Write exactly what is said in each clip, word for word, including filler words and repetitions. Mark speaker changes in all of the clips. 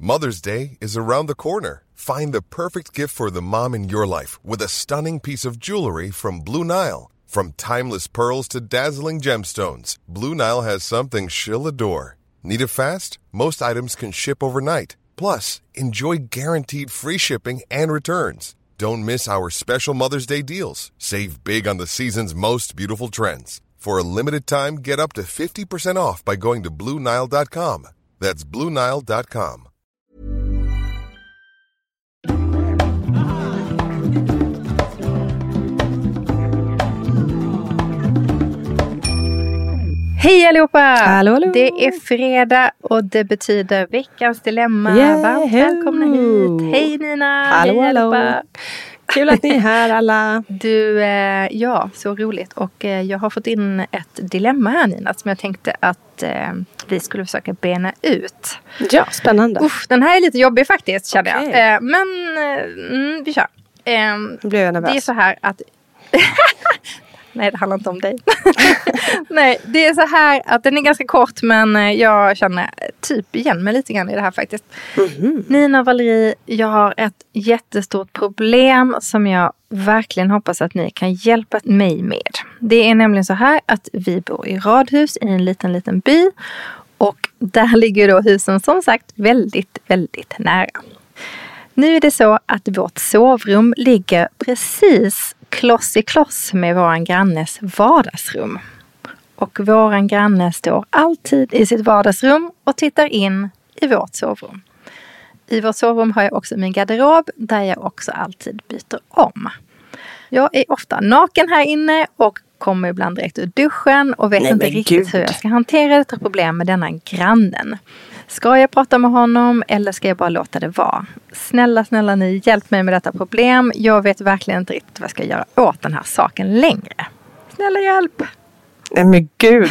Speaker 1: Mother's Day is around the corner. Find the perfect gift for the mom in your life with a stunning piece of jewelry from Blue Nile. From timeless pearls to dazzling gemstones, Blue Nile has something she'll adore. Need it fast? Most items can ship overnight. Plus, enjoy guaranteed free shipping and returns. Don't miss our special Mother's Day deals. Save big on the season's most beautiful trends. For a limited time, get up to fifty percent off by going to Blue Nile dot com. That's Blue Nile dot com.
Speaker 2: Hej allihopa!
Speaker 3: Hallå, hallå.
Speaker 2: Det är fredag och det betyder veckans dilemma.
Speaker 3: Yeah,
Speaker 2: Varmt välkomna hit. Hej Nina!
Speaker 3: Hallå,
Speaker 2: Hej
Speaker 3: hallå.
Speaker 2: allihopa!
Speaker 3: Kul att ni är här alla.
Speaker 2: Du, eh, ja, så roligt. Och eh, jag har fått in ett dilemma här Nina som jag tänkte att eh, vi skulle försöka bena ut.
Speaker 3: Ja, spännande.
Speaker 2: Uff, den här är lite jobbig faktiskt känner
Speaker 3: Okay.
Speaker 2: jag. Eh, men eh, mm, vi kör. Eh,
Speaker 3: Nu blev jag nervös.
Speaker 2: Det är så här att... Nej, det handlar inte om dig. Nej, det är så här att den är ganska kort men jag känner typ igen mig lite grann i det här faktiskt. Mm-hmm. Nina Valerie, jag har ett jättestort problem som jag verkligen hoppas att ni kan hjälpa mig med. Det är nämligen så här att vi bor i radhus i en liten, liten by och där ligger då husen som sagt väldigt, väldigt nära. Nu är det så att vårt sovrum ligger precis kloss i kloss med våran grannes vardagsrum. Och våran granne står alltid i sitt vardagsrum och tittar in i vårt sovrum. I vårt sovrum har jag också min garderob där jag också alltid byter om. Jag är ofta naken här inne och kommer ibland direkt ur duschen och vet
Speaker 3: Nej,
Speaker 2: inte riktigt
Speaker 3: Gud.
Speaker 2: hur jag ska hantera detta problem med denna grannen. Ska jag prata med honom eller ska jag bara låta det vara? Snälla, snälla ni, hjälp mig med detta problem. Jag vet verkligen inte riktigt vad jag ska göra åt den här saken längre. Snälla hjälp!
Speaker 3: Nej men gud.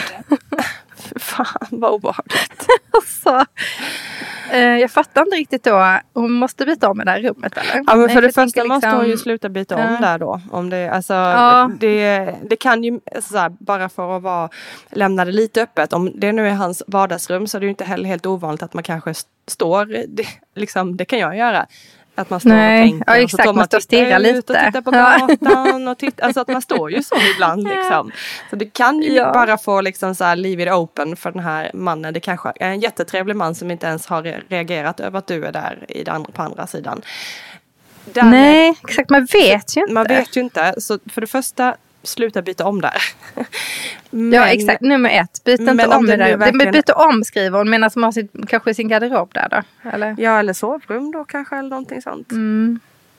Speaker 3: Fan vad obehagligt.
Speaker 2: Alltså, eh, jag fattar inte riktigt då. Hon måste byta om i det här rummet eller?
Speaker 3: Ja men
Speaker 2: Nej,
Speaker 3: för det
Speaker 2: jag
Speaker 3: första
Speaker 2: tänker
Speaker 3: måste
Speaker 2: liksom-
Speaker 3: hon ju sluta byta om
Speaker 2: Ja.
Speaker 3: där då. Om det, alltså,
Speaker 2: Ja.
Speaker 3: det, det kan ju, så här, bara för att vara, lämna det lite öppet. Om det nu är hans vardagsrum så är det ju inte heller helt ovanligt att man kanske st- står, det, liksom, det kan jag göra. Att man står
Speaker 2: Nej,
Speaker 3: och tänker.
Speaker 2: ja,
Speaker 3: och
Speaker 2: exakt,
Speaker 3: så står
Speaker 2: man står och stirrar
Speaker 3: ut
Speaker 2: lite.
Speaker 3: och tittar på
Speaker 2: Ja.
Speaker 3: gatan. Och titt, alltså att man står ju så ibland liksom. Så det kan ju
Speaker 2: Ja.
Speaker 3: bara få liksom så här leave it open för den här mannen. Det kanske är en jättetrevlig man som inte ens har re- reagerat över att du är där i det andra, på andra sidan. Därmed,
Speaker 2: Nej, exakt, man vet ju inte.
Speaker 3: man vet ju inte. Så för det första, sluta byta om där. Men,
Speaker 2: Ja, exakt. Nummer ett. Byt inte
Speaker 3: men
Speaker 2: om
Speaker 3: om
Speaker 2: det
Speaker 3: det
Speaker 2: där.
Speaker 3: nu verkligen-
Speaker 2: Men byt om skriver hon. Medan man har sitt, kanske sin garderob där då. Eller?
Speaker 3: Ja, eller sovrum då kanske. Eller någonting sånt.
Speaker 2: Mm.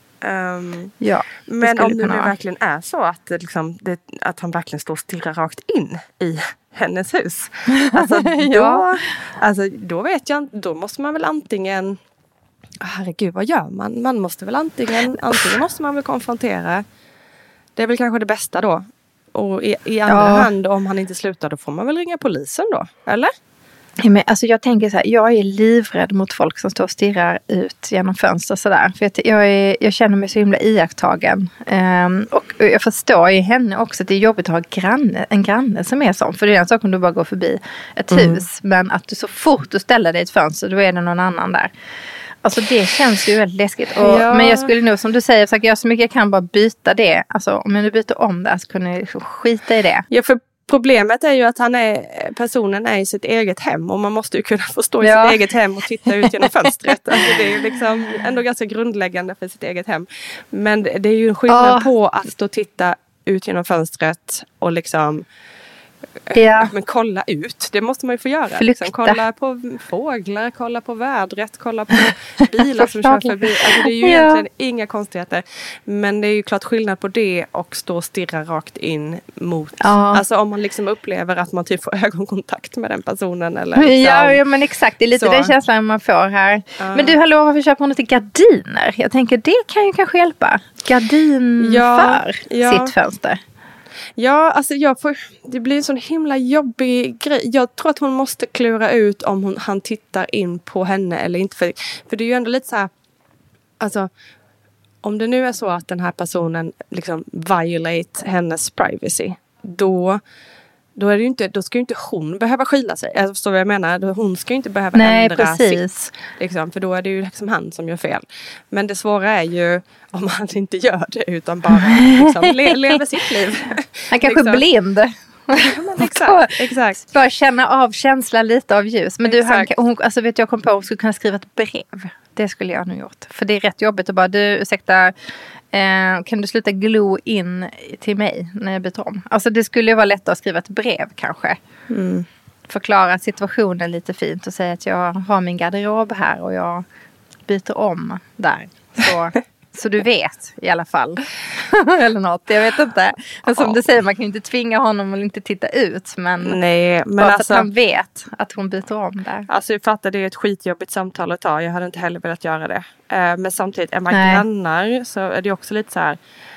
Speaker 3: Um,
Speaker 2: Ja,
Speaker 3: men
Speaker 2: skulle
Speaker 3: om det
Speaker 2: kunna
Speaker 3: nu
Speaker 2: vara.
Speaker 3: verkligen är så att, det liksom, det, att han verkligen står och stirrar rakt in i hennes hus. Alltså, då,
Speaker 2: Ja.
Speaker 3: alltså, då vet jag inte. Då måste man väl antingen... Herregud, vad gör man? Man måste väl antingen... Antingen måste man väl konfrontera. Det är väl kanske det bästa då. Och i, i andra
Speaker 2: Ja.
Speaker 3: hand, om han inte slutar, då får man väl ringa polisen då? Eller?
Speaker 2: Men alltså jag tänker så här, jag är livrädd mot folk som står och stirrar ut genom fönster sådär. För att jag, är, jag känner mig så himla iakttagen. Um, och jag förstår ju henne också att det är jobbigt att ha granne, en granne som är sån. För det är en sak om du bara går förbi ett
Speaker 3: Mm.
Speaker 2: hus. Men att du så fort du ställer dig i ett fönster, då är det någon annan där. Alltså det känns ju väldigt läskigt. Och,
Speaker 3: Ja.
Speaker 2: Men jag skulle nog, som du säger, försöka göra så mycket jag kan, bara byta det. Alltså om jag nu byter om det så kunde jag liksom skita i det.
Speaker 3: Ja, för problemet är ju att han är, personen är i sitt eget hem. Och man måste ju kunna få stå i
Speaker 2: Ja.
Speaker 3: sitt eget hem och titta ut genom fönstret. Alltså det är ju liksom ändå ganska grundläggande för sitt eget hem. Men det det är ju en skillnad
Speaker 2: Ja.
Speaker 3: på att stå och titta ut genom fönstret och liksom...
Speaker 2: Ja.
Speaker 3: Men kolla ut, det måste man ju få göra.
Speaker 2: Flykta.
Speaker 3: Liksom. Kolla på fåglar, kolla på vädret, kolla på bilar som kör förbi. Alltså det är ju
Speaker 2: Ja.
Speaker 3: egentligen inga konstigheter. Men det är ju klart skillnad på det och stå och stirra rakt in mot.
Speaker 2: Ja.
Speaker 3: Alltså om man liksom upplever att man typ får ögonkontakt med den personen. Eller liksom.
Speaker 2: Ja, ja, men exakt. Det är lite
Speaker 3: Så.
Speaker 2: den känslan man får här.
Speaker 3: Ja.
Speaker 2: Men du, hallå, varför köper hon inte gardiner? Jag tänker, det kan ju kanske hjälpa. Gardin
Speaker 3: Ja,
Speaker 2: för
Speaker 3: ja.
Speaker 2: sitt fönster.
Speaker 3: Ja, alltså jag får, det blir en sån himla jobbig grej. Jag tror att hon måste klura ut om hon, han tittar in på henne eller inte. För, för det är ju ändå lite så här, alltså om det nu är så att den här personen liksom violate hennes privacy, då Då, är det ju inte, då ska ju inte hon behöva skylla sig. Jag förstår vad jag menar. Hon ska ju inte behöva
Speaker 2: Nej,
Speaker 3: ändra
Speaker 2: precis.
Speaker 3: sitt. Liksom, för då är det ju liksom han som gör fel. Men det svåra är ju om han inte gör det utan bara liksom, le, lever sitt liv.
Speaker 2: Han kanske
Speaker 3: liksom.
Speaker 2: är blind.
Speaker 3: Ja, men exakt, exakt.
Speaker 2: Bara känna av känslan lite av ljus. Men du, han, hon, alltså vet jag kom på att hon skulle kunna skriva ett brev. Det skulle jag nog gjort. För det är rätt jobbigt att bara, du ursäkta, eh, kan du sluta glo in till mig när jag byter om? Alltså det skulle ju vara lättare att skriva ett brev kanske.
Speaker 3: Mm.
Speaker 2: Förklara situationen lite fint och säga att jag har min garderob här och jag byter om där. Så... Så du vet i alla fall. Eller något, jag vet inte. Men som ja. du säger, man kan ju inte tvinga honom att inte titta ut. Men,
Speaker 3: Nej, men
Speaker 2: bara
Speaker 3: alltså,
Speaker 2: för att han vet att hon byter om där.
Speaker 3: Alltså jag fattar, det är ett skitjobbigt samtal att ta. Jag hade inte heller velat göra det. Uh, men samtidigt, är man
Speaker 2: Nej.
Speaker 3: grannar så är det också lite så här...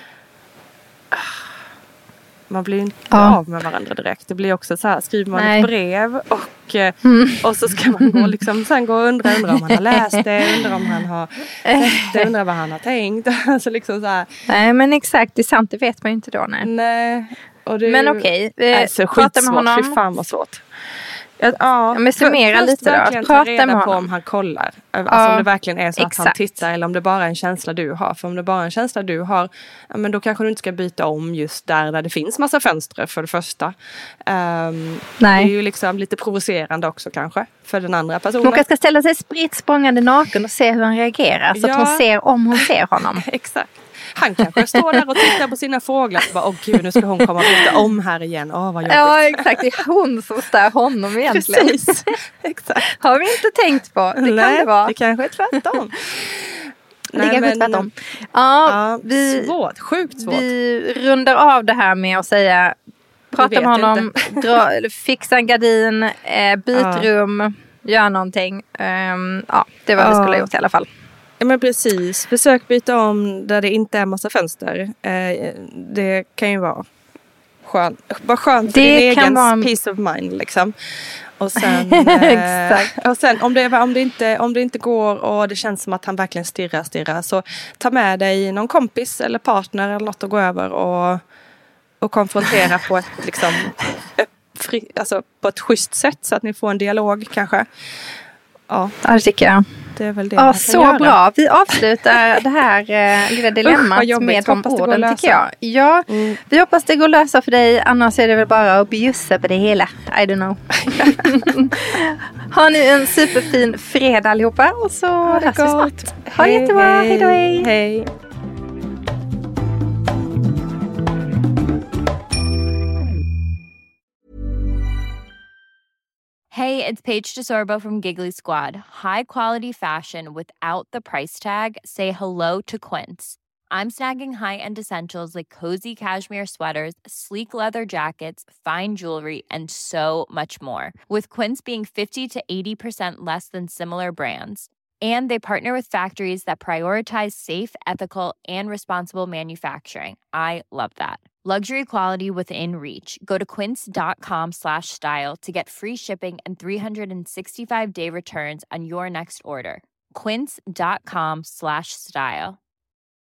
Speaker 3: Uh, man blir ju inte
Speaker 2: ja.
Speaker 3: av med varandra direkt. Det blir också så här, skriver man
Speaker 2: Nej.
Speaker 3: ett brev och,
Speaker 2: mm.
Speaker 3: och så ska man gå liksom, sen gå och undra, undra om han har läst det, undra om han har sett det, undra vad han har tänkt. Alltså liksom så här.
Speaker 2: Nej, men exakt, det är sant, det vet man ju inte då. Nej,
Speaker 3: nej. Och det,
Speaker 2: men okej,
Speaker 3: okay. Alltså,
Speaker 2: prata med honom.
Speaker 3: Fy fan vad svårt. Ja, ja,
Speaker 2: men summera
Speaker 3: för,
Speaker 2: lite då.
Speaker 3: Prata ta reda med på om han kollar. Alltså ja, om det verkligen är så exakt. Att han tittar eller om det bara är en känsla du har. För om det bara är en känsla du har, ja, men då kanske du inte ska byta om just där där det finns massa fönster för det första. Um, Nej. Det är ju liksom lite provocerande också kanske för den andra personen.
Speaker 2: Hon ska ställa sig spritt språngande naken och se hur han reagerar. Så ja. Att hon ser om hon ser honom.
Speaker 3: Exakt. Han kanske står där och tittar på sina fåglar och bara, åh gud, nu ska hon komma och byta om här igen. Åh, vad jobbigt.
Speaker 2: Ja, exakt. Det är hon som stör honom egentligen.
Speaker 3: Precis. Exakt.
Speaker 2: Har vi inte tänkt på. Det
Speaker 3: Nej,
Speaker 2: kan det vara.
Speaker 3: Det kanske är tvärtom.
Speaker 2: Det Nej, kanske är tvärtom. Ja,
Speaker 3: ja, vi, svårt. Sjukt svårt.
Speaker 2: Vi rundar av det här med att säga, prata med honom, dra, fixa en gardin, eh, byt ja. rum, gör någonting. Um, ja, det var ja. vi skulle ha gjort i alla fall.
Speaker 3: Ja, men precis. Försök byta om där det inte är massa fönster. Eh, det kan ju vara skönt. Bara skönt för det din egen vara... peace of mind liksom. Och sen, eh, och sen om, det, om, det inte, om det inte går och det känns som att han verkligen stirrar, stirrar så ta med dig någon kompis eller partner eller något att gå över och, och konfrontera på ett liksom, fri, alltså på ett schysst sätt så att ni får en dialog kanske. Ja,
Speaker 2: det tycker jag.
Speaker 3: Det är väl det
Speaker 2: ja, så göra. Bra. Vi avslutar det här eh, lilla dilemmat Usch, med de orden tycker jag. Ja, mm. Vi hoppas det går att lösa för dig. Annars är det väl bara att bjussa på det hela. I don't know. Ha nu en superfin fredag allihopa. Och så
Speaker 3: ha det
Speaker 2: hörs vi snart. Ha det jättebra. Hej då, hej.
Speaker 3: Hej.
Speaker 4: Hey, it's Paige DeSorbo from Giggly Squad. High quality fashion without the price tag. Say hello to Quince. I'm snagging high-end essentials like cozy cashmere sweaters, sleek leather jackets, fine jewelry, and so much more. With Quince being fifty to eighty percent less than similar brands. And they partner with factories that prioritize safe, ethical, and responsible manufacturing. I love that. Luxury quality within reach. Go to quince.com slash style to get free shipping and three sixty-five day returns on your next order. Quince.com slash style.